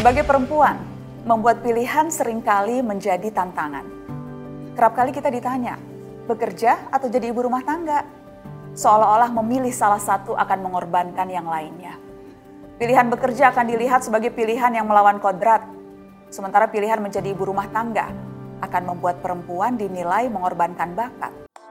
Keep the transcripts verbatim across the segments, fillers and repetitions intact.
Sebagai perempuan, membuat pilihan seringkali menjadi tantangan. Kerap kali kita ditanya, bekerja atau jadi ibu rumah tangga? Seolah-olah memilih salah satu akan mengorbankan yang lainnya. Pilihan bekerja akan dilihat sebagai pilihan yang melawan kodrat, sementara pilihan menjadi ibu rumah tangga akan membuat perempuan dinilai mengorbankan bakat.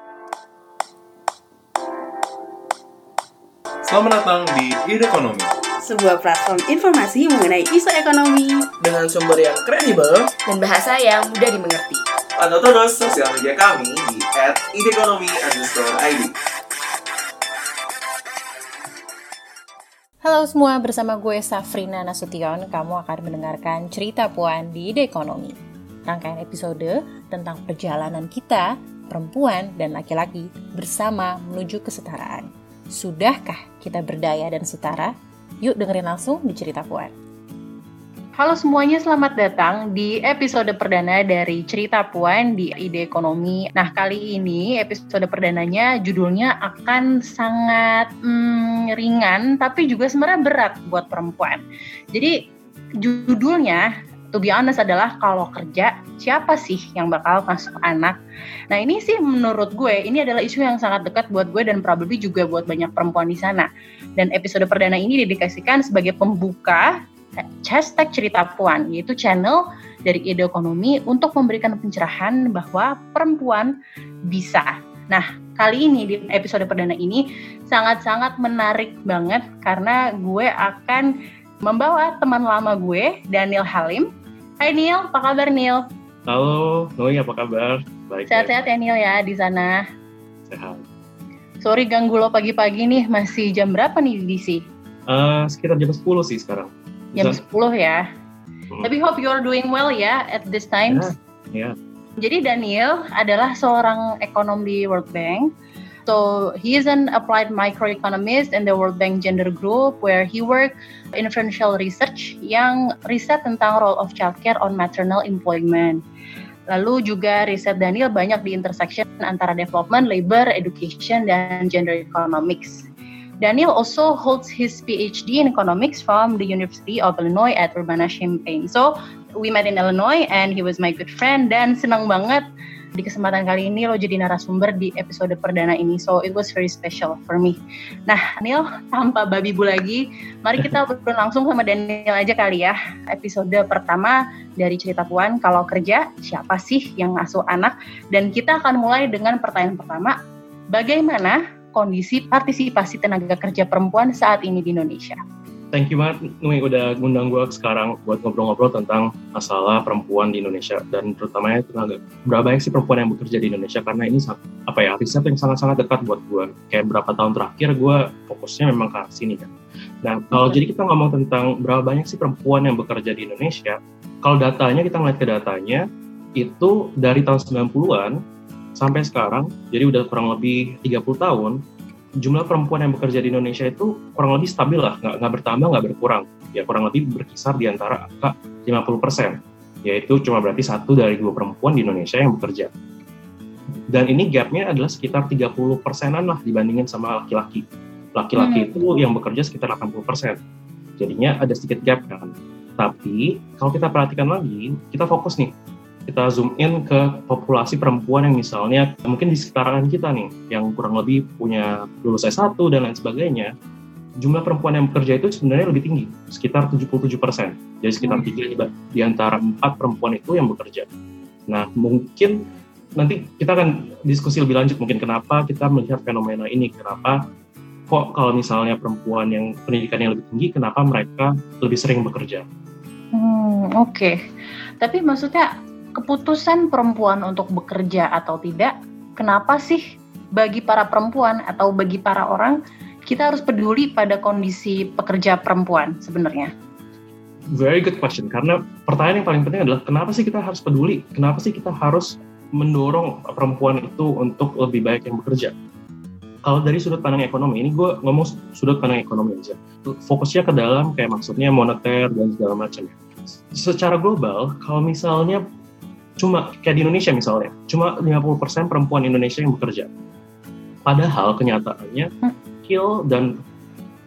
Selamat datang di Ide Ekonomi, sebuah platform informasi mengenai isu ekonomi dengan sumber yang kredibel dan bahasa yang mudah dimengerti. Pantau terus sosial media kami di et idekonomi underscore id. Halo semua, bersama gue Safrina Nasution, kamu akan mendengarkan Cerita Puan di Ide Ekonomi. Rangkaian episode tentang perjalanan kita, perempuan dan laki-laki, bersama menuju kesetaraan. Sudahkah kita berdaya dan setara? Yuk dengerin langsung di Cerita Puan. Halo semuanya, selamat datang di episode perdana dari Cerita Puan di Ide Ekonomi. Nah, kali ini episode perdananya judulnya akan sangat hmm, ringan, tapi juga sebenarnya berat buat perempuan. Jadi judulnya, to be honest, adalah kalau kerja, siapa sih yang bakal masuk anak? Nah, ini sih menurut gue, ini adalah isu yang sangat dekat buat gue dan probably juga buat banyak perempuan di sana. Dan episode perdana ini didedikasikan sebagai pembuka hashtag Cerita Puan, yaitu channel dari Ide Ekonomi untuk memberikan pencerahan bahwa perempuan bisa. Nah, kali ini di episode perdana ini sangat-sangat menarik banget karena gue akan membawa teman lama gue, Daniel Halim. Hai Neil, apa kabar Neil? Halo, Noi, apa kabar? Baik. Sehat-sehat ya Neil ya di sana. Sehat. Sorry ganggu lo pagi-pagi nih, masih jam berapa nih di D C? Uh, sekitar jam sepuluh sih sekarang. Jam Bisa. sepuluh ya. Hmm. Tapi hope you're doing well ya at this time. Ya. Yeah. Jadi Daniel adalah seorang ekonom di World Bank. So he is an applied microeconomist in the World Bank Gender Group where he work in financial research yang riset tentang role of childcare on maternal employment. Lalu juga riset Daniel banyak di intersection antara development, labor, education, dan gender economics. Daniel also holds his P H D in economics from the University of Illinois at Urbana-Champaign. So, we met in Illinois and he was my good friend dan senang banget di kesempatan kali ini lo jadi narasumber di episode perdana ini. So, it was very special for me. Nah, Neil, tanpa babi bu lagi, mari kita berbicara langsung sama Daniel aja kali ya. Episode pertama dari Cerita Puan, kalau kerja, siapa sih yang ngasuh anak? Dan kita akan mulai dengan pertanyaan pertama, bagaimana kondisi partisipasi tenaga kerja perempuan saat ini di Indonesia? Thank you banget, Nui, udah ngundang gue sekarang buat ngobrol-ngobrol tentang masalah perempuan di Indonesia dan terutamanya tenaga. Berapa banyak sih perempuan yang bekerja di Indonesia? Karena ini apa ya riset yang sangat-sangat dekat buat gue. Kayak berapa tahun terakhir gue fokusnya memang ke sini kan. Nah, kalau hmm. jadi kita ngomong tentang berapa banyak sih perempuan yang bekerja di Indonesia, kalau datanya kita ngeliat ke datanya itu dari tahun sembilan puluhan sampai sekarang, jadi udah kurang lebih tiga puluh tahun. Jumlah perempuan yang bekerja di Indonesia itu kurang lebih stabil lah, nggak, nggak bertambah, nggak berkurang. Ya kurang lebih berkisar di antara angka lima puluh persen, yaitu cuma berarti satu dari dua perempuan di Indonesia yang bekerja. Dan ini gapnya adalah sekitar tiga puluh persenan lah dibandingin sama laki-laki. Laki-laki hmm. itu yang bekerja sekitar delapan puluh persen. Jadinya ada sedikit gap kan. Tapi kalau kita perhatikan lagi, kita fokus nih. Kita zoom in ke populasi perempuan yang misalnya mungkin di sekitaran kita nih, yang kurang lebih punya lulus S satu dan lain sebagainya, jumlah perempuan yang bekerja itu sebenarnya lebih tinggi, sekitar tujuh puluh tujuh persen. Jadi sekitar tiga hmm. di antara empat perempuan itu yang bekerja. Nah, mungkin nanti kita akan diskusi lebih lanjut mungkin kenapa kita melihat fenomena ini, kenapa kok kalau misalnya perempuan yang pendidikannya lebih tinggi, kenapa mereka lebih sering bekerja. Hmm, oke. Okay. Tapi maksudnya keputusan perempuan untuk bekerja atau tidak, kenapa sih bagi para perempuan atau bagi para orang kita harus peduli pada kondisi pekerja perempuan sebenarnya? Very good question, karena pertanyaan yang paling penting adalah kenapa sih kita harus peduli? Kenapa sih kita harus mendorong perempuan itu untuk lebih baik yang bekerja? Kalau dari sudut pandang ekonomi, ini gue ngomong sudut pandang ekonomi aja. Fokusnya ke dalam kayak maksudnya moneter dan segala macam. Secara global, kalau misalnya cuma kayak di Indonesia misalnya, cuma lima puluh persen perempuan Indonesia yang bekerja. Padahal kenyataannya skill dan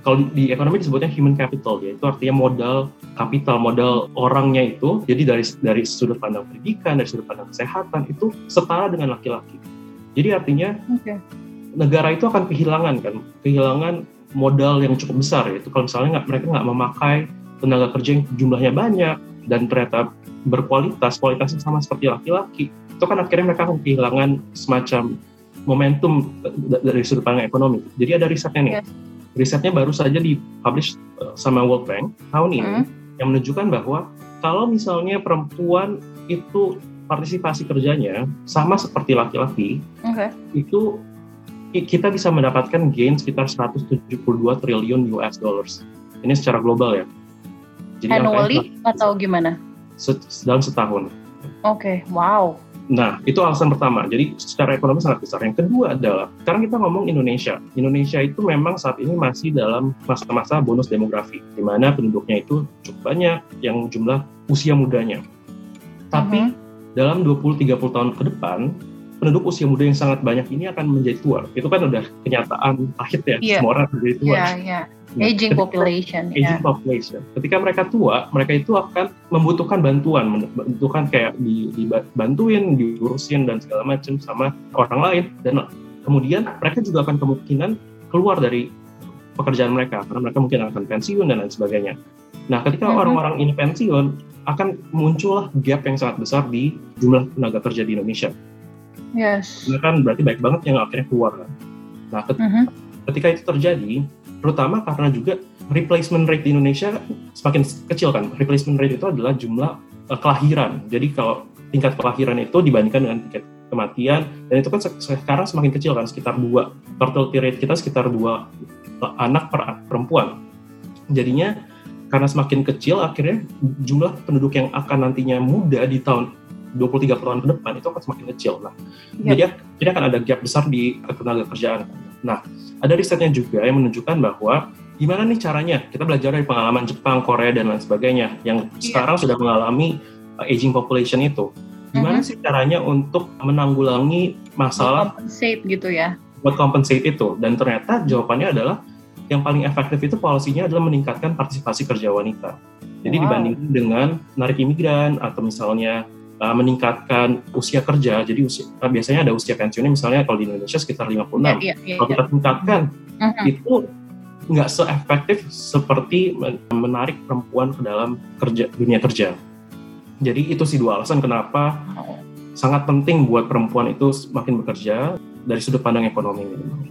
kalau di, di ekonomi disebutnya human capital, ya itu artinya modal kapital, modal orangnya itu. Jadi dari dari sudut pandang pendidikan, dari sudut pandang kesehatan itu setara dengan laki-laki. Jadi artinya okay. negara itu akan kehilangan kan, kehilangan modal yang cukup besar, yaitu kalau misalnya nggak, mereka nggak memakai tenaga kerja yang jumlahnya banyak dan ternyata berkualitas, kualitasnya sama seperti laki-laki, itu kan akhirnya mereka akan kehilangan semacam momentum dari sudut pandang ekonomi. Jadi ada risetnya nih, yes. risetnya baru saja dipublish sama World Bank tahun ini mm. yang menunjukkan bahwa kalau misalnya perempuan itu partisipasi kerjanya sama seperti laki-laki, okay. itu kita bisa mendapatkan gain sekitar seratus tujuh puluh dua triliun U S dollars. Ini secara global ya. Jadi annually atau gimana? Dalam setahun. Oke, okay. Wow. Nah, itu alasan pertama. Jadi secara ekonomi sangat besar. Yang kedua adalah, sekarang kita ngomong Indonesia. Indonesia itu memang saat ini masih dalam masa-masa bonus demografi, di mana penduduknya itu cukup banyak, yang jumlah usia mudanya. Tapi uh-huh. dalam dua puluh sampai tiga puluh tahun ke depan, penduduk usia muda yang sangat banyak ini akan menjadi tua. Itu kan udah kenyataan pahit ya, yeah. semua orang menjadi tua. Yeah, yeah. Aging population. Aging yeah. population. Ketika mereka tua, mereka itu akan membutuhkan bantuan, membutuhkan kayak dibantuin, diurusin dan segala macam sama orang lain. Dan kemudian mereka juga akan kemungkinan keluar dari pekerjaan mereka, karena mereka mungkin akan pensiun dan lain sebagainya. Nah, ketika mm-hmm. orang-orang ini pensiun, akan muncullah gap yang sangat besar di jumlah tenaga kerja di Indonesia. Yes. Nah, kan berarti baik banget yang akhirnya keluar kan. Nah, ket- mm-hmm. ketika itu terjadi, terutama karena juga replacement rate di Indonesia semakin kecil kan. Replacement rate itu adalah jumlah uh, kelahiran. Jadi kalau tingkat kelahiran itu dibandingkan dengan tingkat kematian, dan itu kan sekarang semakin kecil kan, sekitar dua. Fertility rate kita sekitar dua anak per perempuan. Jadinya karena semakin kecil, akhirnya jumlah penduduk yang akan nantinya muda di tahun dua puluh tiga tahun ke depan itu akan semakin kecil. Nah, yep. jadi, jadi akan ada gap besar di tenaga kerjaan. Nah, ada risetnya juga yang menunjukkan bahwa gimana nih caranya kita belajar dari pengalaman Jepang, Korea, dan lain sebagainya yang yep. sekarang sudah mengalami uh, aging population itu. Gimana mm-hmm. sih caranya untuk menanggulangi masalah compensate gitu ya? Buat compensate itu. Dan ternyata jawabannya adalah yang paling efektif itu polisinya adalah meningkatkan partisipasi kerja wanita. Jadi wow. dibandingkan dengan menarik imigran atau misalnya Uh, meningkatkan usia kerja, jadi usia, uh, biasanya ada usia pensiunnya misalnya kalau di Indonesia sekitar lima puluh enam. Yeah, yeah, yeah, kalau kita tingkatkan, uh-huh. itu nggak se-efektif seperti menarik perempuan ke dalam kerja, dunia kerja. Jadi itu sih dua alasan kenapa oh. sangat penting buat perempuan itu semakin bekerja dari sudut pandang ekonomi.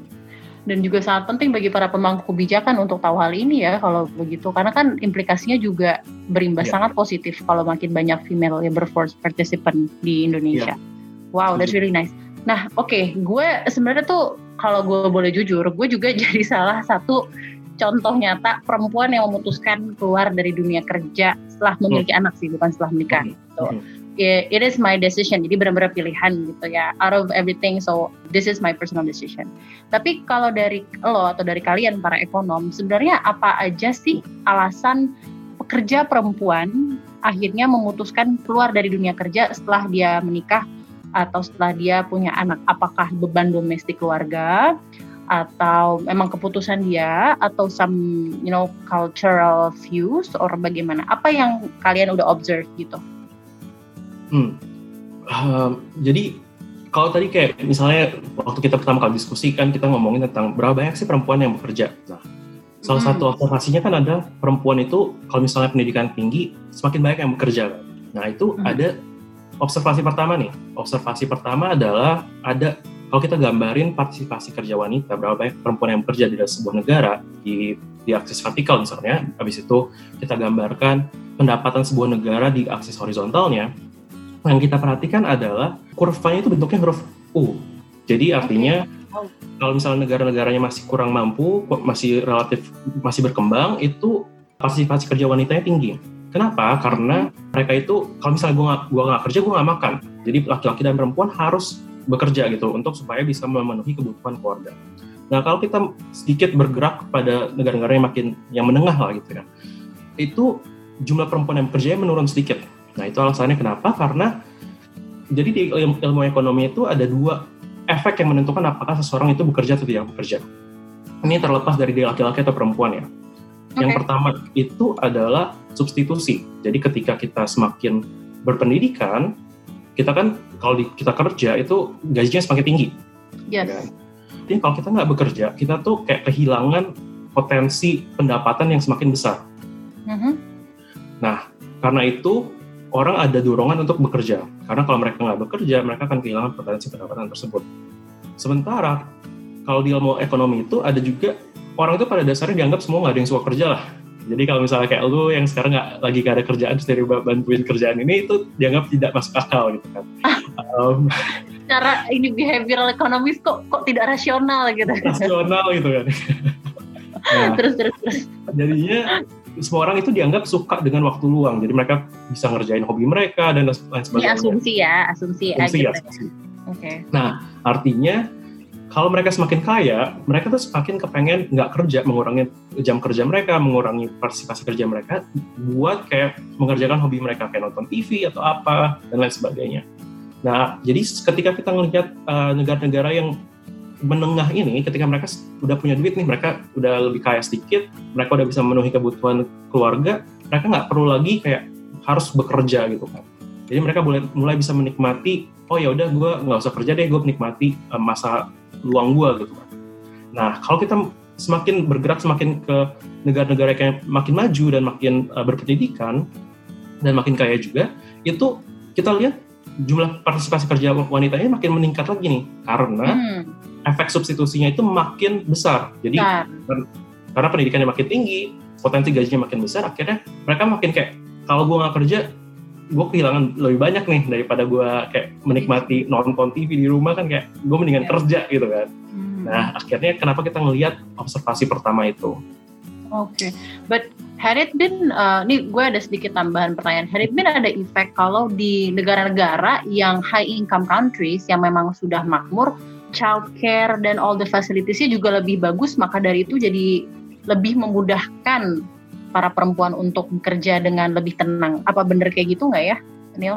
Dan juga sangat penting bagi para pemangku kebijakan untuk tahu hal ini ya kalau begitu, karena kan implikasinya juga berimbas yeah. sangat positif kalau makin banyak female labor force participant di Indonesia. Yeah. Wow, that's really nice. Nah, oke, okay, gue sebenarnya tuh kalau gue boleh jujur, gue juga jadi salah satu contoh nyata perempuan yang memutuskan keluar dari dunia kerja setelah memiliki mm. anak sih, bukan setelah menikah. Mm. Gitu. Mm. It is my decision, jadi benar-benar pilihan gitu ya, out of everything, so this is my personal decision. Tapi kalau dari lo atau dari kalian para ekonom, sebenarnya apa aja sih alasan pekerja perempuan akhirnya memutuskan keluar dari dunia kerja setelah dia menikah atau setelah dia punya anak? Apakah beban domestik keluarga, atau memang keputusan dia, atau some you know cultural views, or bagaimana? Apa yang kalian udah observe gitu? Hmm. Uh, jadi kalau tadi kayak misalnya waktu kita pertama kali diskusi kan kita ngomongin tentang berapa banyak sih perempuan yang bekerja. Nah, salah hmm. satu observasinya kan ada perempuan itu kalau misalnya pendidikan tinggi semakin banyak yang bekerja. Nah itu hmm. ada observasi pertama nih. Observasi pertama adalah ada kalau kita gambarin partisipasi kerja wanita, berapa banyak perempuan yang bekerja di dalam sebuah negara di di aksis vertikal misalnya. Habis itu kita gambarkan pendapatan sebuah negara di aksis horizontalnya. Yang kita perhatikan adalah kurvanya itu bentuknya huruf U. Jadi artinya okay. kalau misalnya negara-negaranya masih kurang mampu, masih relatif masih berkembang, itu partisipasi kerja wanitanya tinggi. Kenapa? Karena mereka itu kalau misalnya gue nggak gue nggak kerja, gue nggak makan. Jadi laki-laki dan perempuan harus bekerja gitu untuk supaya bisa memenuhi kebutuhan keluarga. Nah kalau kita sedikit bergerak pada negara-negara yang makin yang menengah lah gitu ya, itu jumlah perempuan yang bekerja menurun sedikit. Nah itu alasannya kenapa? Karena jadi di ilmu, ilmu ekonomi itu ada dua efek yang menentukan apakah seseorang itu bekerja atau tidak bekerja. ini terlepas dari dia laki-laki atau perempuan ya. Yang Okay. pertama itu adalah substitusi. Jadi ketika kita semakin berpendidikan, kita kan kalau di, kita kerja itu gajinya semakin tinggi. Yes. Jadi kalau kita nggak bekerja, kita tuh kayak kehilangan potensi pendapatan yang semakin besar. Mhm. Nah, karena itu orang ada dorongan untuk bekerja. Karena kalau mereka nggak bekerja, mereka akan kehilangan potensi pendapatan tersebut. Sementara kalau di ilmu ekonomi itu ada juga orang itu pada dasarnya dianggap semua nggak ada yang suka kerja lah. Jadi kalau misalnya kayak lu yang sekarang nggak lagi nggak ada kerjaan terus dari bantuin kerjaan ini, itu dianggap tidak masuk akal gitu kan. um, Cara ini behavioral economist kok kok tidak rasional gitu. rasional gitu kan. Nah, terus terus terus. jadinya semua orang itu dianggap suka dengan waktu luang. Jadi mereka bisa ngerjain hobi mereka dan lain Ini sebagainya. asumsi ya, asumsi, Asumsi gitu. ya, asumsi. Oke. Nah, artinya kalau mereka semakin kaya, mereka tuh semakin kepengen nggak kerja, mengurangi jam kerja mereka, mengurangi partisipasi kerja mereka, buat kayak mengerjakan hobi mereka, kayak nonton T V atau apa, dan lain sebagainya. Nah, jadi ketika kita melihat uh, negara-negara yang menengah ini, ketika mereka udah punya duit nih, mereka udah lebih kaya sedikit, mereka udah bisa memenuhi kebutuhan keluarga, mereka nggak perlu lagi kayak harus bekerja gitu kan. Jadi mereka mulai, mulai bisa menikmati, oh ya udah gue nggak usah kerja deh, gue menikmati uh, masa luang gue gitu kan. Nah, kalau kita semakin bergerak semakin ke negara-negara yang makin maju dan makin uh, berpendidikan dan makin kaya juga, itu kita lihat jumlah partisipasi kerja wanitanya makin meningkat lagi nih, karena Hmm. efek substitusinya itu makin besar. Jadi Bentar. karena pendidikannya makin tinggi, potensi gajinya makin besar, akhirnya mereka makin kayak, kalau gue nggak kerja, gue kehilangan lebih banyak nih daripada gue kayak menikmati nonton T V di rumah kan, kayak gue mendingan Ya. kerja gitu kan. Hmm. Nah, akhirnya kenapa kita ngelihat observasi pertama itu? Oke, but had it been, uh, nih gue ada sedikit tambahan pertanyaan. Had it been ada efek kalau di negara-negara yang high income countries yang memang sudah makmur, childcare dan all the facilities-nya juga lebih bagus, maka dari itu jadi lebih memudahkan para perempuan untuk bekerja dengan lebih tenang. Apa bener kayak gitu nggak ya, Neil?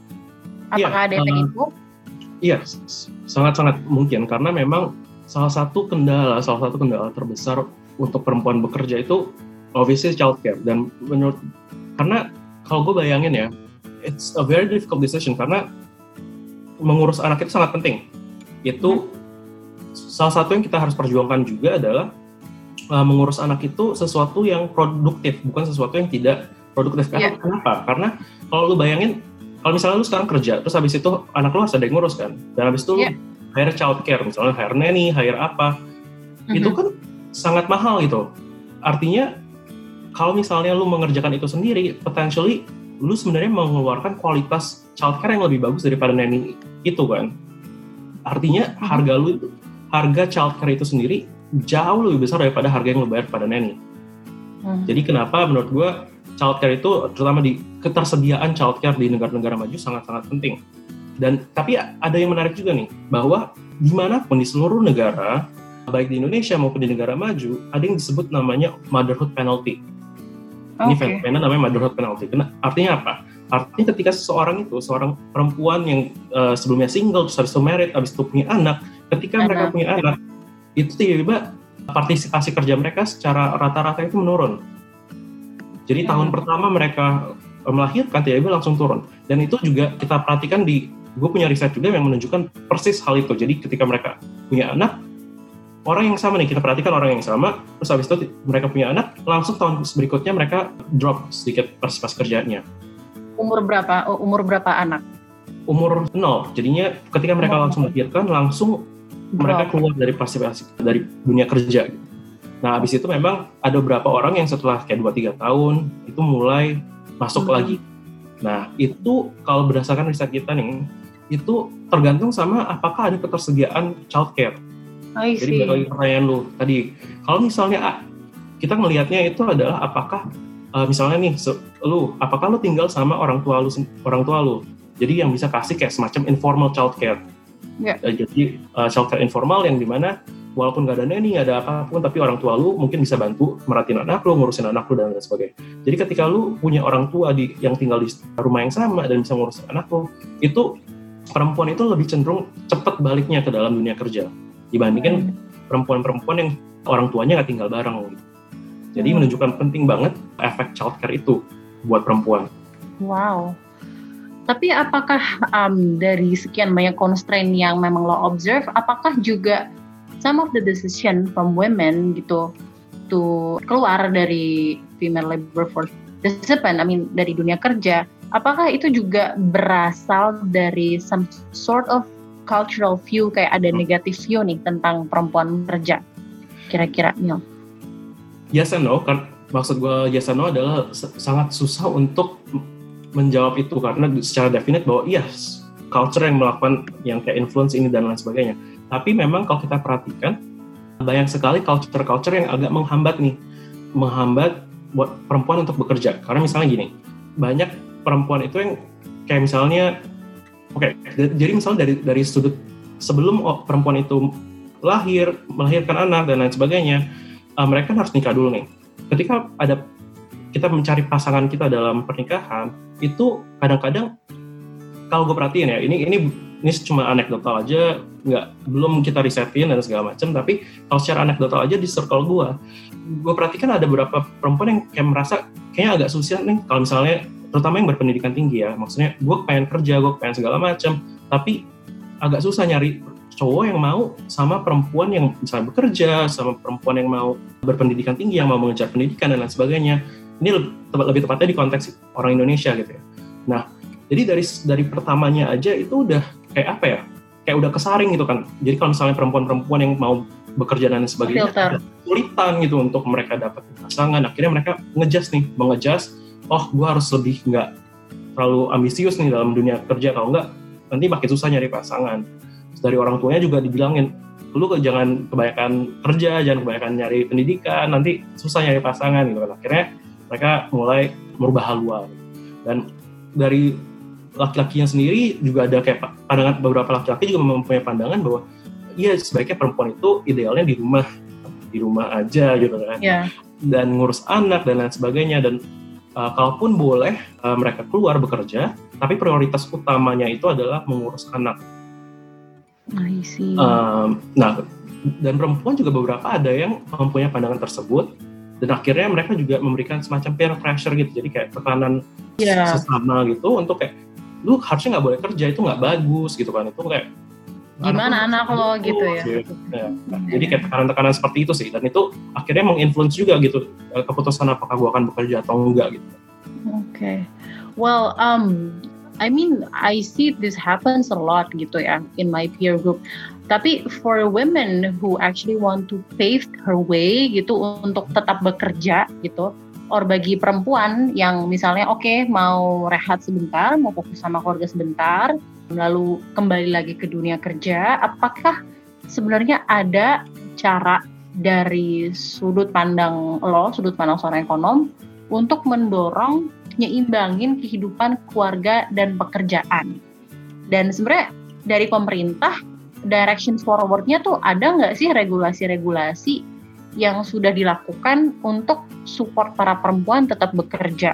Apakah Iya, ada efek uh, itu? Iya, s- sangat-sangat mungkin, karena memang salah satu kendala, salah satu kendala terbesar untuk perempuan bekerja itu obviously childcare. Dan menurut, karena kalau gue bayangin ya, it's a very difficult decision, karena mengurus anak itu sangat penting. Itu salah satu yang kita harus perjuangkan juga adalah uh, mengurus anak itu sesuatu yang produktif, bukan sesuatu yang tidak produktif. Karena Yeah. kenapa? Karena kalau lu bayangin, kalau misalnya lu sekarang kerja, terus habis itu anak lu harus ada yang ngurus kan, dan habis itu Yeah. lu hire childcare, misalnya hire nanny, hire apa, itu Mhm. kan sangat mahal gitu. Artinya kalau misalnya lu mengerjakan itu sendiri, potentially lu sebenarnya mengeluarkan kualitas childcare yang lebih bagus daripada nanny itu kan. Artinya Mhm. harga lu itu, harga childcare itu sendiri jauh lebih besar daripada harga yang lu bayar pada nanny. Hmm. Jadi kenapa menurut gue childcare itu, terutama di ketersediaan childcare di negara-negara maju sangat-sangat penting. Dan tapi ada yang menarik juga nih, bahwa dimanapun di seluruh negara, baik di Indonesia maupun di negara maju, ada yang disebut namanya motherhood penalty. Ini Oke. fenomena namanya motherhood penalty. Kena- Artinya apa? Artinya ketika seseorang itu, seorang perempuan yang uh, sebelumnya single, terus habis itu married, habis itu punya anak, ketika Anak. mereka punya anak, itu tiba-tiba partisipasi kerja mereka secara rata-rata itu menurun. Jadi Hmm. tahun pertama mereka uh, melahirkan, tiba-tiba langsung turun. Dan itu juga kita perhatikan di, gue punya riset juga yang menunjukkan persis hal itu. Jadi ketika mereka punya anak, orang yang sama nih, kita perhatikan orang yang sama, terus habis itu mereka punya anak, langsung tahun berikutnya mereka drop sedikit partisipasi kerjanya. Umur berapa? Oh, umur berapa anak? Umur nol, jadinya ketika mereka Umur langsung melahirkan, langsung mereka Drop. keluar dari partisipasi, dari dunia kerja. Nah, habis itu memang ada beberapa orang yang setelah kayak dua tiga tahun, itu mulai masuk Hmm. lagi. Nah, itu kalau berdasarkan riset kita nih, itu tergantung sama apakah ada ketersediaan childcare. I Jadi see. balik lagi pertanyaan lu tadi, kalau misalnya ah, kita ngelihatnya itu adalah apakah uh, misalnya nih se- lu, apakah lu tinggal sama orang tua lu sen- orang tua lu, jadi yang bisa kasih kayak semacam informal childcare. Ya. Uh, jadi uh, childcare informal yang dimana walaupun nggak ada nanny, nggak ada apapun, tapi orang tua lu mungkin bisa bantu merhatiin anak lu, ngurusin anak lu dan lain sebagainya. Jadi ketika lu punya orang tua di yang tinggal di rumah yang sama dan bisa ngurusin anak lu, itu perempuan itu lebih cenderung cepat baliknya ke dalam dunia kerja dibandingkan perempuan-perempuan yang orang tuanya nggak tinggal bareng gitu. Jadi hmm. menunjukkan penting banget efek childcare itu buat perempuan. Wow. Tapi apakah um, dari sekian banyak constraint yang memang lo observe, apakah juga some of the decision from women gitu to keluar dari female labor force participant, I mean dari dunia kerja, apakah itu juga berasal dari some sort of cultural view, kayak ada negative view nih tentang perempuan kerja? Kira-kira Neil? Yes and no, kan maksud gue yes and no adalah sangat susah untuk menjawab itu karena secara definite bahwa iya culture yang melakukan yang kayak influence ini dan lain sebagainya. Tapi memang kalau kita perhatikan banyak sekali culture-culture yang agak menghambat nih, menghambat buat perempuan untuk bekerja. Karena misalnya gini, banyak perempuan itu yang kayak misalnya, oke, okay, jadi misalnya dari dari sudut sebelum oh, perempuan itu lahir, melahirkan anak dan lain sebagainya, uh, mereka harus nikah dulu nih. Ketika ada kita mencari pasangan kita dalam pernikahan, itu kadang-kadang kalau gue perhatiin ya, ini ini ini cuma anekdotal aja, nggak belum kita risetin dan segala macam, tapi kalau secara anekdotal aja di circle gue, gue perhatikan ada beberapa perempuan yang kayak merasa kayaknya agak susah nih kalau misalnya, terutama yang berpendidikan tinggi ya, maksudnya gue pengen kerja, gue pengen segala macam, tapi agak susah nyari cowok yang mau sama perempuan yang misalnya bekerja, sama perempuan yang mau berpendidikan tinggi, yang mau mengejar pendidikan dan lain sebagainya. Ini lebih, lebih tepatnya di konteks orang Indonesia gitu ya. Nah, jadi dari dari pertamanya aja itu udah kayak apa ya? Kayak udah kesaring gitu kan. Jadi kalau misalnya perempuan-perempuan yang mau bekerja dan sebagainya, kesulitan gitu untuk mereka dapat pasangan. Akhirnya mereka ngejas nih, mengejas. Oh, gue harus lebih nggak terlalu ambisius nih dalam dunia kerja. Kalau nggak, nanti makin susah nyari pasangan. Terus dari orang tuanya juga dibilangin, lu jangan kebanyakan kerja, jangan kebanyakan nyari pendidikan, nanti susah nyari pasangan gitu kan. Akhirnya mereka mulai merubah haluan. Dan dari laki-lakinya sendiri juga ada kayak pandangan, beberapa laki-laki juga mempunyai pandangan bahwa iya sebaiknya perempuan itu idealnya di rumah, di rumah aja gitu kan. Yeah. Dan ngurus anak dan lain sebagainya. Dan uh, kalaupun boleh uh, mereka keluar bekerja, tapi prioritas utamanya itu adalah mengurus anak. I see. Um, nah, dan perempuan juga beberapa ada yang mempunyai pandangan tersebut. Dan akhirnya mereka juga memberikan semacam peer pressure gitu, jadi kayak tekanan yeah. sesama gitu untuk kayak lu harusnya nggak boleh kerja, itu nggak bagus gitu kan, itu kayak gimana anak, anak lo gitu ya, gitu. Ya. Nah, okay. Jadi kayak tekanan-tekanan seperti itu sih, dan itu akhirnya menginfluence juga gitu keputusan apakah gue akan bekerja atau enggak gitu. Oke, okay. Well, um, I mean I see this happens a lot gitu ya in my peer group. Tapi for women who actually want to pave her way gitu untuk tetap bekerja gitu, or bagi perempuan yang misalnya oke okay, mau rehat sebentar, mau fokus sama keluarga sebentar, lalu kembali lagi ke dunia kerja, apakah sebenarnya ada cara dari sudut pandang lo, sudut pandang seorang ekonom, untuk mendorong nyeimbangin kehidupan keluarga dan pekerjaan? Dan sebenarnya dari pemerintah, direction forward-nya tuh ada nggak sih regulasi-regulasi yang sudah dilakukan untuk support para perempuan tetap bekerja?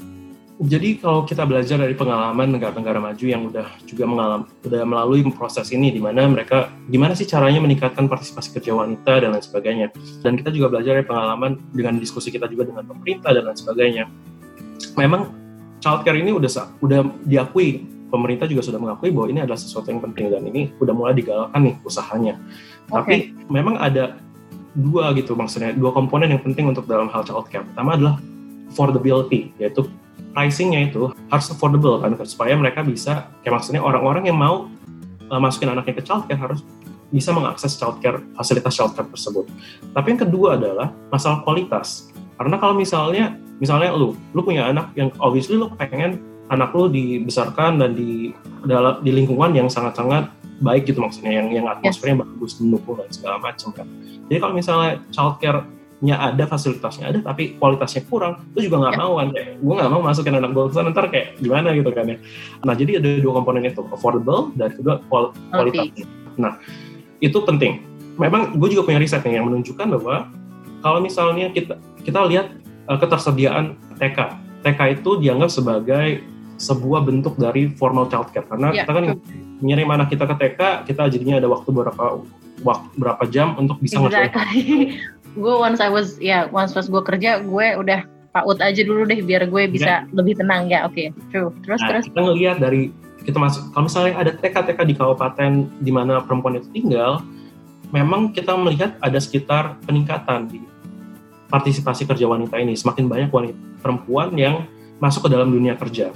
Jadi kalau kita belajar dari pengalaman negara-negara maju yang udah juga mengalami, udah melalui proses ini, di mana mereka gimana sih caranya meningkatkan partisipasi kerja wanita dan lain sebagainya. Dan kita juga belajar dari pengalaman dengan diskusi kita juga dengan pemerintah dan lain sebagainya. Memang childcare ini udah udah diakui. Pemerintah juga sudah mengakui bahwa ini adalah sesuatu yang penting dan ini udah mulai digalakkan nih usahanya. Okay. Tapi memang ada dua gitu, maksudnya dua komponen yang penting untuk dalam hal childcare. Pertama adalah affordability, yaitu pricing-nya itu harus affordable kan, supaya mereka bisa, kayak maksudnya orang-orang yang mau uh, masukin anaknya ke childcare harus bisa mengakses childcare, fasilitas childcare tersebut. Tapi yang kedua adalah masalah kualitas. Karena kalau misalnya, misalnya lu, lu punya anak yang obviously lu pengen anak lu dibesarkan dan di dalam di lingkungan yang sangat-sangat baik gitu, maksudnya yang yang atmosfernya yes. bagus, mendukung dan segala macam kan. Jadi kalau misalnya childcare-nya ada, fasilitasnya ada, tapi kualitasnya kurang, lu juga nggak yeah. mau kan, kayak gue nggak mau masukin anak gue ke sana, ntar kayak gimana gitu kan ya. Nah jadi ada dua komponen itu, affordable dan kedua kual- kualitas. Okay. Nah itu penting. Memang gue juga punya riset nih yang menunjukkan bahwa kalau misalnya kita kita lihat uh, ketersediaan T K, T K itu dianggap sebagai sebuah bentuk dari formal childcare, karena yeah, kita kan true. ngirim anak kita ke T K, kita jadinya ada waktu beberapa waktu berapa jam untuk bisa ngerjain. Exactly. Gue once I was ya yeah, once pas gue kerja gue udah paut aja dulu deh biar gue bisa yeah. lebih tenang ya. Oke, okay, true. Terus nah, terus kita ngelihat dari kita masuk kalau misalnya ada T K T K di kabupaten di mana perempuan itu tinggal, memang kita melihat ada sekitar peningkatan di partisipasi kerja wanita ini. Semakin banyak wanita perempuan yang masuk ke dalam dunia kerja.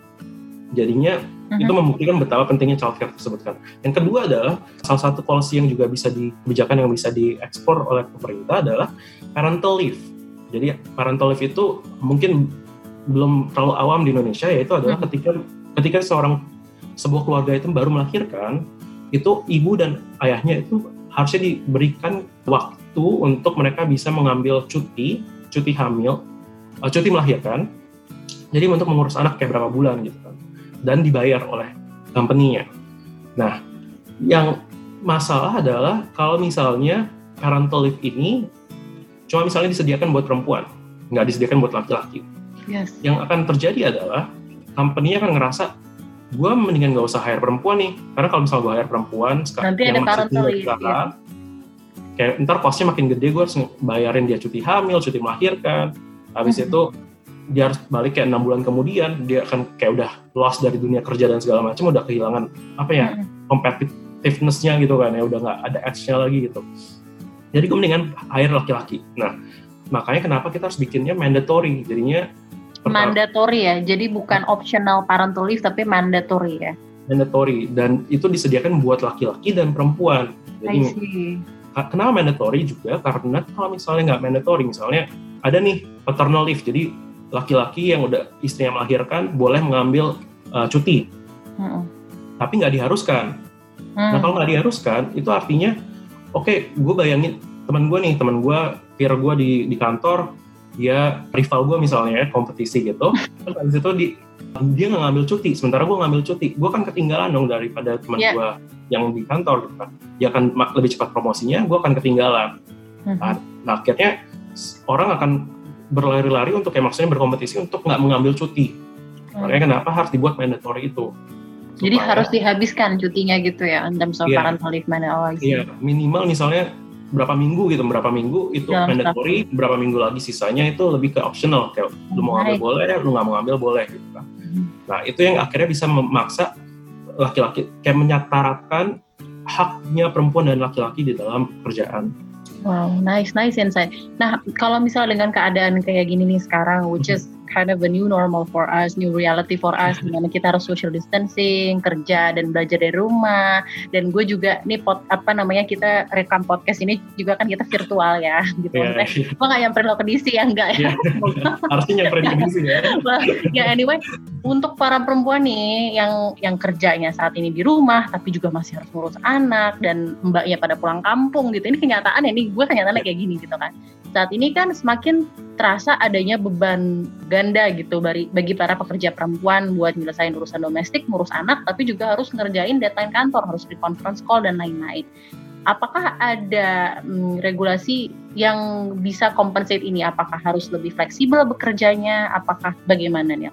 Jadinya uh-huh. itu membuktikan betapa pentingnya childcare tersebut kan. Yang kedua adalah salah satu policy yang juga bisa di kebijakan yang bisa diekspor oleh pemerintah adalah parental leave. Jadi parental leave itu mungkin belum terlalu awam di Indonesia, yaitu adalah uh-huh. ketika ketika seorang sebuah keluarga itu baru melahirkan, itu ibu dan ayahnya itu harusnya diberikan waktu untuk mereka bisa mengambil cuti, cuti hamil, cuti melahirkan. Jadi untuk mengurus anak kayak berapa bulan gitu kan. Dan dibayar oleh company-nya. Nah, yang masalah adalah kalau misalnya parental leave ini cuma misalnya disediakan buat perempuan, nggak disediakan buat laki-laki. Yes. Yang akan terjadi adalah company-nya akan ngerasa, gue mendingan nggak usah hire perempuan nih, karena kalau misalnya gue hire perempuan, nanti ada parental leave. Ya. Kayak ntar cost-nya makin gede, gue harus bayarin dia cuti hamil, cuti melahirkan, habis mm-hmm. itu dia harus balik kayak enam bulan kemudian, dia akan kayak udah lost dari dunia kerja dan segala macam, udah kehilangan apa ya mm-hmm. competitiveness-nya gitu kan ya, udah nggak ada edge-nya lagi gitu. Jadi gue mendingan hire laki-laki. Nah, makanya kenapa kita harus bikinnya mandatory, jadinya mandatory ya, jadi bukan optional parental leave tapi mandatory ya. Mandatory, dan itu disediakan buat laki-laki dan perempuan. Jadi kenapa mandatory juga? Karena kalau misalnya nggak mandatory, misalnya ada nih paternal leave, jadi laki-laki yang udah istrinya melahirkan boleh mengambil uh, cuti, hmm. tapi nggak diharuskan. Hmm. Nah kalau nggak diharuskan, itu artinya, oke, okay, gue bayangin teman gue nih, teman gue, peer gue di di kantor, dia rival gue misalnya, kompetisi gitu, terus habis itu di, dia nggak ngambil cuti, sementara gue ngambil cuti, gue kan ketinggalan dong daripada teman yeah. gue yang di kantor gitu kan. Dia akan lebih cepat promosinya, gue akan ketinggalan. Hmm. Nah, nah akhirnya orang akan berlari-lari untuk kayak maksudnya berkompetisi untuk nggak mengambil cuti. Hmm. Makanya kenapa harus dibuat mandatory itu. Jadi supaya, harus dihabiskan cutinya gitu ya, in terms of yeah. parental leave mana oh, Iya, yeah, minimal misalnya berapa minggu gitu, berapa minggu itu Dalam mandatory, staf. berapa minggu lagi sisanya itu lebih ke optional, kayak lu mau ngambil boleh, lu nggak mau ngambil boleh gitu kan. Hmm. Nah itu yang akhirnya bisa memaksa laki-laki, kayak menyataratkan haknya perempuan dan laki-laki di dalam pekerjaan. Wow, nice, nice insight. Nah, kalau misalnya dengan keadaan kayak gini nih sekarang, which is kind of a new normal for us, new reality for us, dimana kita harus social distancing, kerja dan belajar dari rumah, dan gue juga nih pot, apa namanya kita rekam podcast ini juga kan kita virtual ya, gitu. Yeah, yeah. Gue nggak nyamperin lo ke D C ya, enggak ya? Yeah. Harusnya nyamperin ke D C ya. Ya anyway, untuk para perempuan nih yang yang kerjanya saat ini di rumah, tapi juga masih harus ngurus anak dan mbaknya pada pulang kampung gitu. Ini kenyataan ya, nih gue kenyataannya kayak gini gitu kan. Saat ini kan semakin terasa adanya beban ganda gitu bagi, bagi para pekerja perempuan buat nyelesain urusan domestik, ngurus anak, tapi juga harus ngerjain deadline kantor, harus di conference call dan lain-lain. Apakah ada hmm, regulasi yang bisa compensate ini? Apakah harus lebih fleksibel bekerjanya? Apakah bagaimana nih?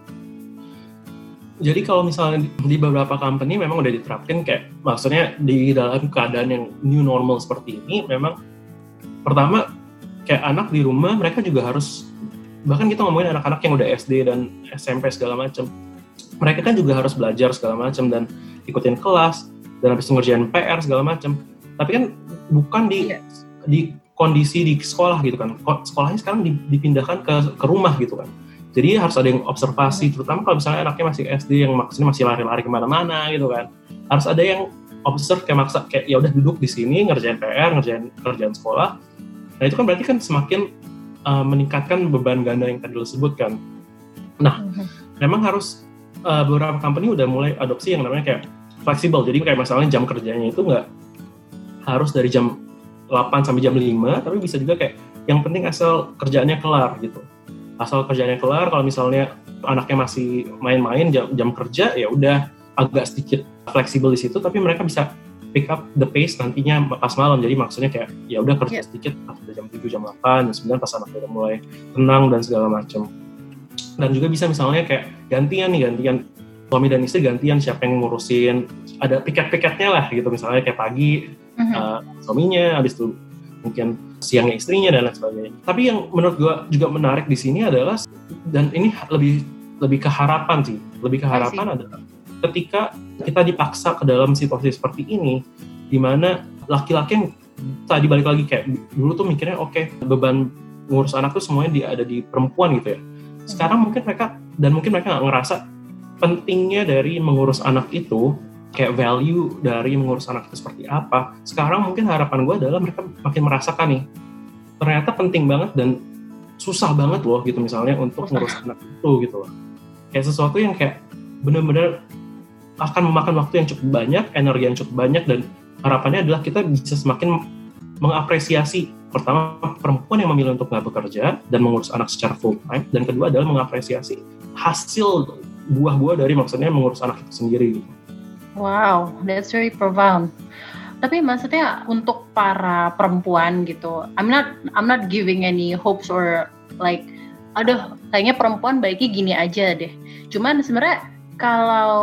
Jadi kalau misalnya di beberapa company memang udah diterapkan kayak, maksudnya di dalam keadaan yang new normal seperti ini, memang pertama kayak anak di rumah mereka juga harus, bahkan kita ngomongin anak-anak yang udah S D dan S M P segala macam, mereka kan juga harus belajar segala macam dan ikutin kelas dan habis ngerjain P R segala macam. Tapi kan bukan di yeah. di kondisi di sekolah gitu kan. Sekolahnya sekarang dipindahkan ke ke rumah gitu kan. Jadi harus ada yang observasi, terutama kalau misalnya anaknya masih S D yang maksudnya masih lari-lari kemana-mana gitu kan. Harus ada yang observe kayak maksa kayak ya udah duduk di sini ngerjain P R, ngerjain kerjaan sekolah. Nah itu kan berarti kan semakin uh, meningkatkan beban ganda yang tadi lo sebutkan. Nah mm-hmm. memang harus uh, beberapa company udah mulai adopsi yang namanya kayak fleksibel. Jadi kayak misalnya jam kerjanya itu nggak harus dari jam delapan sampai jam lima, tapi bisa juga kayak yang penting asal kerjaannya kelar gitu. Asal kerjaannya kelar, kalau misalnya anaknya masih main-main jam, jam kerja, ya udah agak sedikit fleksibel di situ, tapi mereka bisa pick up the pace nantinya pas malam. Jadi maksudnya kayak ya udah kerja yeah. sedikit pas jam tujuh, jam delapan, jam sembilan pas anaknya udah mulai tenang dan segala macam. Dan juga bisa misalnya kayak gantian nih, gantian suami dan istri gantian siapa yang ngurusin, ada piket-piketnya lah gitu, misalnya kayak pagi mm-hmm. uh, suaminya, habis itu mungkin siangnya istrinya dan lain sebagainya. Tapi yang menurut gue juga menarik di sini adalah, dan ini lebih lebih ke harapan sih, lebih ke harapan adalah ketika kita dipaksa ke dalam situasi seperti ini, di mana laki-laki yang tadi balik lagi kayak dulu tuh mikirnya oke okay, beban ngurus anak tuh semuanya di, ada di perempuan gitu ya. Sekarang mungkin mereka, dan mungkin mereka nggak ngerasa pentingnya dari mengurus anak itu, kayak value dari mengurus anak itu seperti apa. Sekarang mungkin harapan gue adalah mereka makin merasakan nih, ternyata penting banget dan susah banget loh gitu misalnya untuk ngurus anak itu gitu loh. Kayak sesuatu yang kayak benar-benar akan memakan waktu yang cukup banyak, energi yang cukup banyak, dan harapannya adalah kita bisa semakin mengapresiasi pertama perempuan yang memilih untuk nggak bekerja dan mengurus anak secara full time, dan kedua adalah mengapresiasi hasil buah-buah dari maksudnya mengurus anak itu sendiri. Wow, that's very profound. Tapi maksudnya untuk para perempuan gitu, I'm not I'm not giving any hopes or like, aduh kayaknya perempuan baiknya gini aja deh. Cuman sebenarnya kalau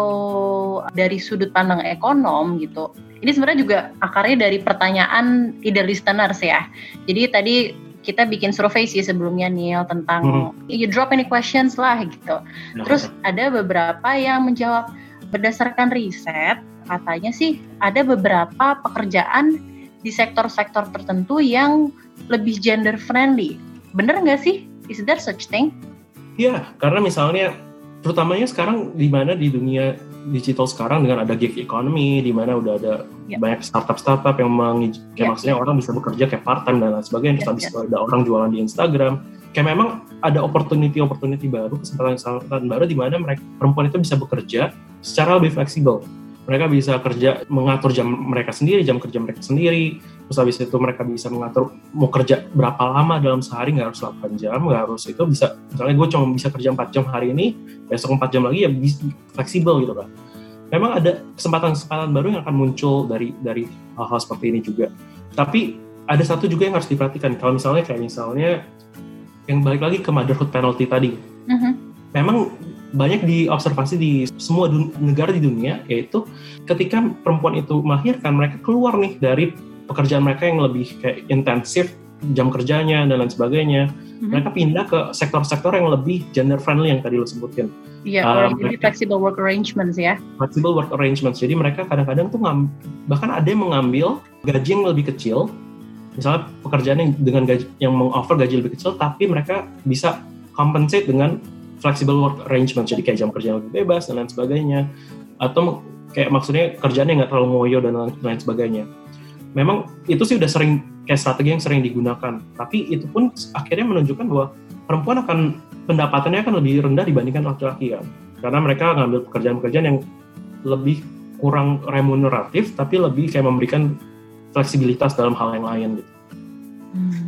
dari sudut pandang ekonom gitu, ini sebenarnya juga akarnya dari pertanyaan either listeners ya. Jadi tadi kita bikin survei sih sebelumnya Neil tentang hmm. you drop any questions lah gitu. No. Terus ada beberapa yang menjawab berdasarkan riset, katanya sih ada beberapa pekerjaan di sektor-sektor tertentu yang lebih gender friendly. Bener nggak sih? Is there such thing? Iya, karena misalnya terutamanya sekarang di mana di dunia digital sekarang dengan ada gig economy, di mana udah ada yeah. banyak startup-startup yang meng, kayak yeah. maksudnya orang bisa bekerja kayak part time dan lain sebagainya, terus yeah, habis yeah. ada orang jualan di Instagram, kayak memang ada opportunity-opportunity baru, kesempatan-kesempatan baru di mana mereka perempuan itu bisa bekerja secara lebih fleksibel. Mereka bisa kerja, mengatur jam mereka sendiri, jam kerja mereka sendiri, terus habis itu mereka bisa mengatur mau kerja berapa lama dalam sehari, nggak harus delapan jam, nggak harus itu bisa, misalnya gue cuma bisa kerja empat jam hari ini, besok empat jam lagi ya bisa fleksibel gitu kan. Memang ada kesempatan-kesempatan baru yang akan muncul dari dari hal-hal seperti ini juga. Tapi ada satu juga yang harus diperhatikan, kalau misalnya kayak misalnya yang balik lagi ke motherhood penalty tadi, mm-hmm. memang banyak diobservasi di semua dun- negara di dunia, yaitu ketika perempuan itu melahirkan, mereka keluar nih dari pekerjaan mereka yang lebih kayak intensif, jam kerjanya dan lain sebagainya, mm-hmm. mereka pindah ke sektor-sektor yang lebih gender friendly yang tadi lo sebutin. Iya, yeah, um, jadi flexible work arrangements ya. Flexible work arrangements, jadi mereka kadang-kadang tuh ngam- bahkan ada yang mengambil gaji yang lebih kecil, misalnya pekerjaan yang dengan gaji yang meng-offer gaji lebih kecil, tapi mereka bisa compensate dengan flexible work arrangement, jadi kayak jam kerja yang lebih bebas dan lain sebagainya, atau kayak maksudnya kerjaannya nggak terlalu ngoyo dan lain sebagainya. Memang itu sih udah sering kayak strategi yang sering digunakan, tapi itu pun akhirnya menunjukkan bahwa perempuan akan pendapatannya akan lebih rendah dibandingkan laki-laki kan, karena mereka ngambil pekerjaan-pekerjaan yang lebih kurang remuneratif, tapi lebih kayak memberikan fleksibilitas dalam hal yang lain gitu. Hmm.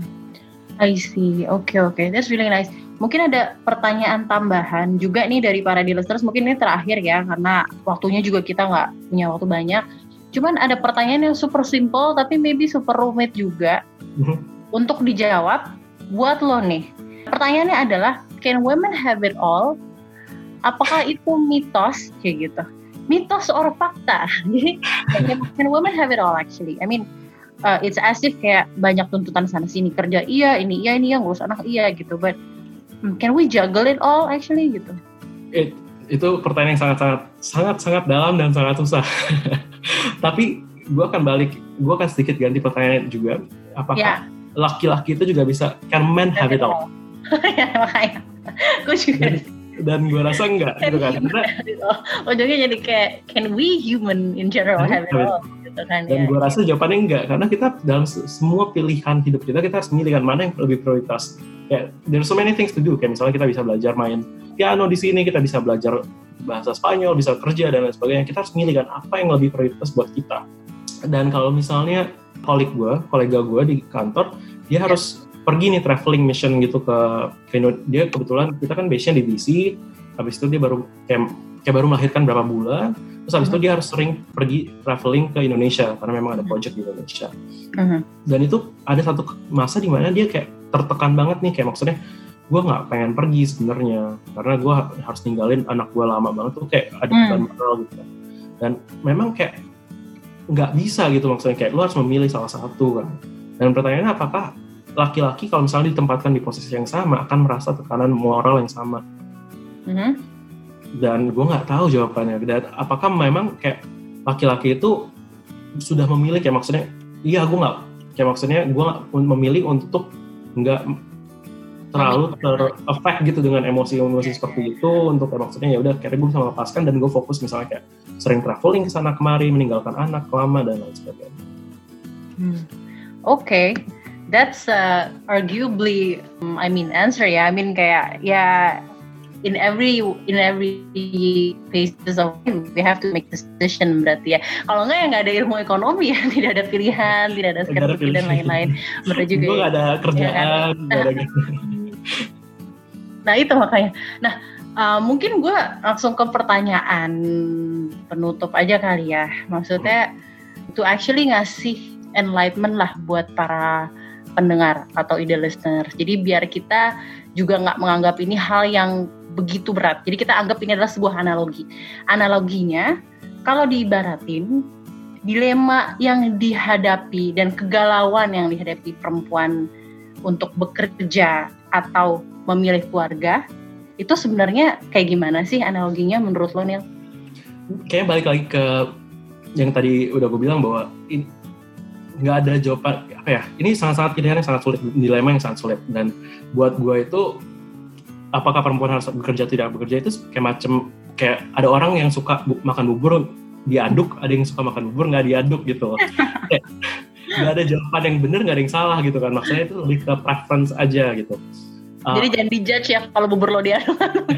I see, oke okay, oke, okay. That's really nice. Mungkin ada pertanyaan tambahan juga nih dari para listeners, mungkin ini terakhir ya, karena waktunya juga kita nggak punya waktu banyak. Cuman ada pertanyaan yang super simple, tapi maybe super rumit juga mm-hmm. untuk dijawab buat lo nih. Pertanyaannya adalah, can women have it all? Apakah itu mitos kayak gitu? Mitos or fakta? Jadi, can women have it all actually? I mean, uh, it's as if kayak banyak tuntutan sana sini, kerja iya, ini iya, ini iya, ngurus anak iya gitu, but can we juggle it all actually gitu? It, itu pertanyaan yang sangat-sangat sangat-sangat dalam dan sangat susah. Tapi gue akan balik, gue akan sedikit ganti pertanyaan juga. Apakah yeah. laki-laki itu juga bisa, can men have it all? Ya makanya, gue juga. Dan, dan gue rasa enggak, gitu kan? Karena ujungnya jadi kayak, can we human in general have it all? Gitu kan, dan ya. gue rasa jawabannya enggak, karena kita dalam semua pilihan hidup kita, kita harus memilih mana yang lebih prioritas. Kayak, there's so many things to do. Kayak misalnya kita bisa belajar main piano di sini, kita bisa belajar bahasa Spanyol, bisa kerja dan lain sebagainya. Kita harus memilih kan apa yang lebih prioritas buat kita. Dan kalau misalnya koleg gue, kolega gue di kantor, dia harus pergi nih traveling mission gitu ke, ke dia kebetulan kita kan base-nya di D C, habis itu dia baru kayak, kayak baru melahirkan berapa bulan, terus habis uh-huh. itu dia harus sering pergi traveling ke Indonesia karena memang ada project di Indonesia. Uh-huh. Dan itu ada satu masa di mana dia kayak tertekan banget nih, kayak maksudnya gue nggak pengen pergi sebenarnya karena gue harus ninggalin anak gue lama banget tuh, kayak ada beban moral gitu. Dan memang kayak nggak bisa gitu, maksudnya kayak lu harus memilih salah satu kan. Dan pertanyaannya apakah laki-laki kalau misalnya ditempatkan di posisi yang sama akan merasa tekanan moral yang sama? Mm-hmm. Dan gue nggak tahu jawabannya. Dan apakah memang kayak laki-laki itu sudah memilih kayak maksudnya, iya gue nggak kayak maksudnya gue memilih untuk nggak terlalu ter-affect gitu dengan emosi-emosi seperti itu, untuk kayak maksudnya ya udah kayak gue bisa melepaskan dan gue fokus misalnya kayak sering traveling ke sana kemari, meninggalkan anak lama dan lain sebagainya. Hmm. Oke. Okay. That's uh, arguably, um, I mean, answer ya. I mean kayak ya in every in every phases of life we have to make decision berarti ya. Kalau enggak ya nggak ada ilmu ekonomi ya, tidak ada pilihan, tidak ada skripsi dan lain-lain. Berarti juga. Gue nggak ada kerjaan. Ya kan? Gak ada gitu. Nah itu makanya. Nah uh, mungkin gue langsung ke pertanyaan penutup aja kali ya. Maksudnya hmm. to actually ngasih enlightenment lah buat para pendengar atau ide listener. Jadi biar kita juga nggak menganggap ini hal yang begitu berat. Jadi kita anggap ini adalah sebuah analogi. Analoginya, kalau diibaratin, dilema yang dihadapi dan kegalauan yang dihadapi perempuan untuk bekerja atau memilih keluarga, itu sebenarnya kayak gimana sih analoginya menurut lo, Neil? Kayaknya balik lagi ke yang tadi udah gue bilang bahwa ini nggak ada jawaban apa ya, ini sangat-sangat pilihan yang sangat sulit, dilema yang sangat sulit. Dan buat gue itu apakah perempuan harus bekerja tidak bekerja itu kayak macam kayak ada orang yang suka bu- makan bubur diaduk, ada yang suka makan bubur nggak diaduk gitu. Nggak ada jawaban yang benar, nggak ada yang salah gitu kan, maksudnya itu lebih ke preference aja gitu. Uh, Jadi jangan dijudge ya kalau bubur lo diaduk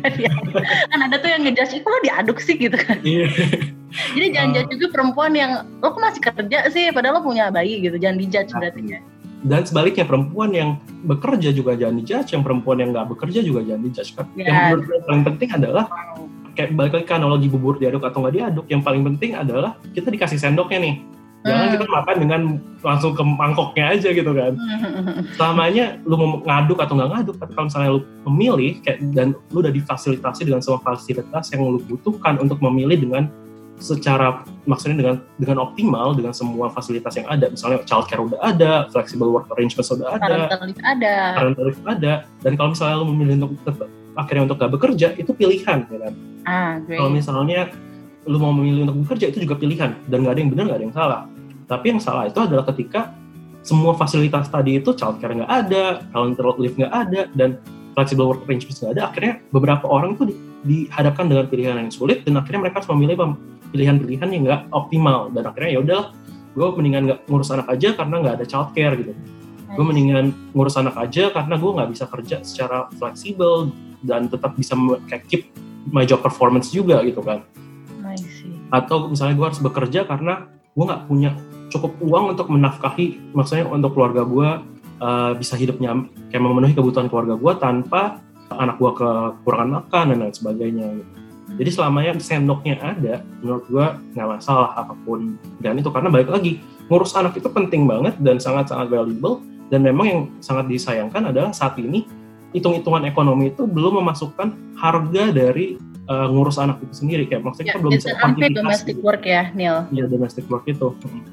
kan ada tuh yang ngejudge, kok lo diaduk sih gitu kan. Iya. Jadi jangan uh, judge juga perempuan yang lo kok masih kerja sih padahal lo punya bayi gitu, jangan dijudge uh, berarti ya. Dan sebaliknya perempuan yang bekerja juga jangan dijudge, yang perempuan yang nggak bekerja juga jangan dijudge kan. Yeah. Yang menurut gue paling penting adalah kayak balik lagi ke analogi bubur diaduk atau nggak diaduk, yang paling penting adalah kita dikasih sendoknya nih. Jangan hmm. kita makan dengan langsung ke mangkoknya aja gitu kan. Selamanya lu mau ngaduk atau nggak ngaduk, tapi kalau misalnya lu memilih kayak, dan lu udah difasilitasi dengan semua fasilitas yang lu butuhkan untuk memilih dengan secara maksudnya dengan dengan optimal dengan semua fasilitas yang ada, misalnya childcare udah ada, flexible work arrangements udah ada, parental leave ada, parental leave ada, dan kalau misalnya lu memilih untuk tetap, akhirnya untuk nggak bekerja itu pilihan ya kan. Ah, kalau misalnya lu mau memilih untuk bekerja itu juga pilihan, dan nggak ada yang benar nggak ada yang salah. Tapi yang salah itu adalah ketika semua fasilitas tadi itu childcare nggak ada, parental leave nggak ada, dan flexible work arrangements nggak ada, akhirnya beberapa orang itu di, dihadapkan dengan pilihan yang sulit, dan akhirnya mereka harus memilih pilihan-pilihan yang nggak optimal, dan akhirnya ya udah, gue mendingan nggak ngurus anak aja karena nggak ada childcare gitu. Gue mendingan ngurus anak aja karena gue nggak bisa kerja secara fleksibel dan tetap bisa kayak keep my job performance juga gitu kan. Atau misalnya gue harus bekerja karena gue nggak punya cukup uang untuk menafkahi, maksudnya untuk keluarga gue uh, bisa hidupnya kayak memenuhi kebutuhan keluarga gue tanpa anak gue kekurangan makan dan lain sebagainya. Jadi selamanya sendoknya ada, menurut gue nggak masalah apapun. Dan itu karena balik lagi, ngurus anak itu penting banget dan sangat-sangat valuable. Dan memang yang sangat disayangkan adalah saat ini hitung-hitungan ekonomi itu belum memasukkan harga dari uh, ngurus anak itu sendiri. Kayak maksudnya ya, kita belum bisa kuantifikasi. Domestic work ya, Neil? Iya, domestic work itu.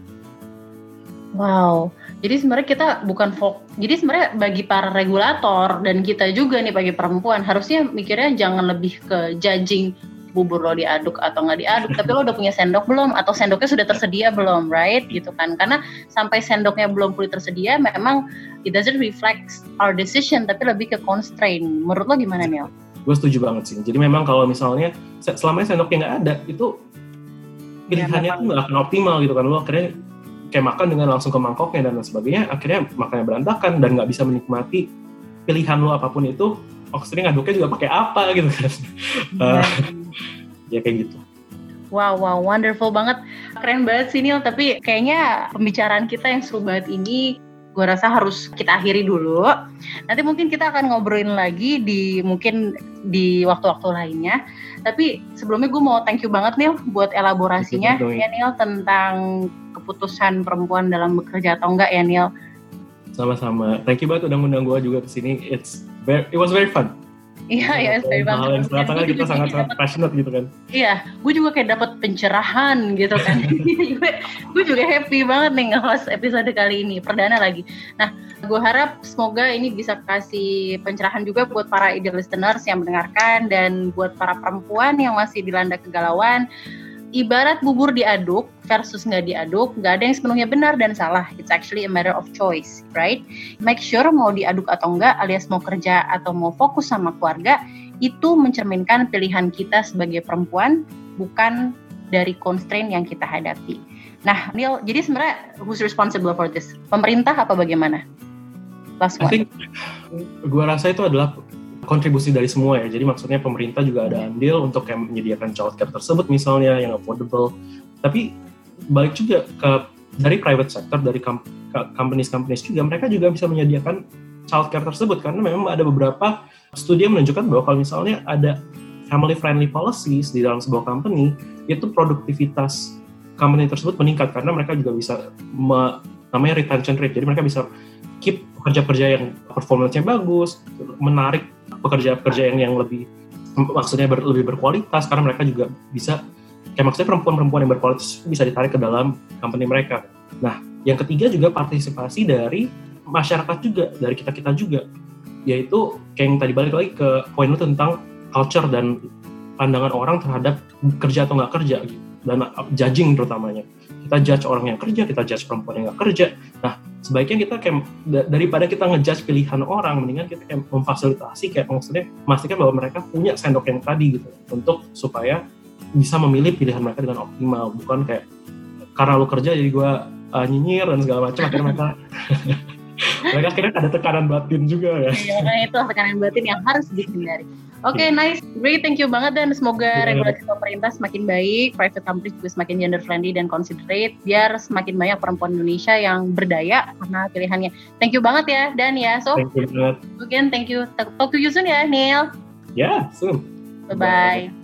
Wow, jadi sebenarnya kita bukan fok. Jadi sebenarnya bagi para regulator dan kita juga nih bagi perempuan harusnya mikirnya jangan lebih ke judging bubur lo diaduk atau nggak diaduk, tapi lo udah punya sendok belum atau sendoknya sudah tersedia belum, right? Gitu kan? Karena sampai sendoknya belum fully tersedia, memang it doesn't reflect our decision, tapi lebih ke constraint. Menurut lo gimana, Neil? Gue setuju banget sih. Jadi memang kalau misalnya selamanya sendoknya nggak ada, itu pilihannya ya, tuh nggak akan optimal gitu kan. Lo akhirnya kayak makan dengan langsung ke mangkoknya dan sebagainya, akhirnya makannya berantakan dan nggak bisa menikmati pilihan lo apapun itu. Oh, sering ngaduknya juga pakai apa gitu kan. uh, ya kayak gitu. Wow, wow, wonderful banget. Keren banget sih, Neil. Tapi kayaknya pembicaraan kita yang seru banget ini, gue rasa harus kita akhiri dulu. Nanti mungkin kita akan ngobrolin lagi di mungkin di waktu-waktu lainnya. Tapi sebelumnya gue mau thank you banget, Neil, buat elaborasinya ya, Neil, tentang keputusan perempuan dalam bekerja atau enggak ya, Neil. Sama-sama. Thank you banget udah ngundang gue juga ke sini. It's very, it was very fun. Iya, ya, sorry banget. Hal yang ternyata kan kita sangat-sangat passionate gitu kan. Iya, gue juga kayak dapat pencerahan gitu kan. Gue juga happy banget nih nge-host episode kali ini, perdana lagi. Nah, gue harap semoga ini bisa kasih pencerahan juga buat para ideal listeners yang mendengarkan, dan buat para perempuan yang masih dilanda kegalauan. Ibarat bubur diaduk versus nggak diaduk, nggak ada yang sepenuhnya benar dan salah. It's actually a matter of choice, right? Make sure mau diaduk atau enggak, alias mau kerja atau mau fokus sama keluarga, itu mencerminkan pilihan kita sebagai perempuan, bukan dari constraint yang kita hadapi. Nah, Neil, jadi sebenarnya who's responsible for this? Pemerintah apa bagaimana? Last one. I think, gue rasa itu adalah kontribusi dari semua ya. Jadi maksudnya pemerintah juga ada andil untuk kayak menyediakan childcare tersebut misalnya yang affordable. Tapi balik juga ke dari private sector, dari companies-companies juga, mereka juga bisa menyediakan childcare tersebut karena memang ada beberapa studi yang menunjukkan bahwa kalau misalnya ada family friendly policies di dalam sebuah company, itu produktivitas company tersebut meningkat karena mereka juga bisa me, namanya retention rate. Jadi mereka bisa keep pekerja-pekerja yang performance-nya bagus, menarik pekerja-pekerja yang yang lebih maksudnya ber, lebih berkualitas karena mereka juga bisa kayak maksudnya perempuan-perempuan yang berkualitas bisa ditarik ke dalam company mereka. Nah, yang ketiga juga partisipasi dari masyarakat juga, dari kita-kita juga, yaitu kayak yang tadi balik lagi ke poin lu tentang culture dan pandangan orang terhadap kerja atau nggak kerja gitu, dan judging terutamanya. Kita judge orang yang kerja, kita judge perempuan yang nggak kerja. Nah, sebaiknya kita kayak daripada kita ngejudge pilihan orang, mendingan kita kayak memfasilitasi, kayak maksudnya memastikan bahwa mereka punya sendok yang tadi gitu, untuk supaya bisa memilih pilihan mereka dengan optimal, bukan kayak karena lu kerja jadi gue uh, nyinyir dan segala macam, akhirnya mereka mereka akhirnya ada tekanan batin juga ya. Iya, karena itu tekanan batin yang harus dihindari. Oke, okay, nice, great, thank you banget, dan semoga yeah. regulasi pemerintah semakin baik, private companies juga semakin gender friendly dan considerate, biar semakin banyak perempuan Indonesia yang berdaya karena pilihannya. Thank you banget ya, Dan ya. So, thank you banget. Again, thank you. Talk to you soon ya, Neil. Yeah, soon. Bye bye.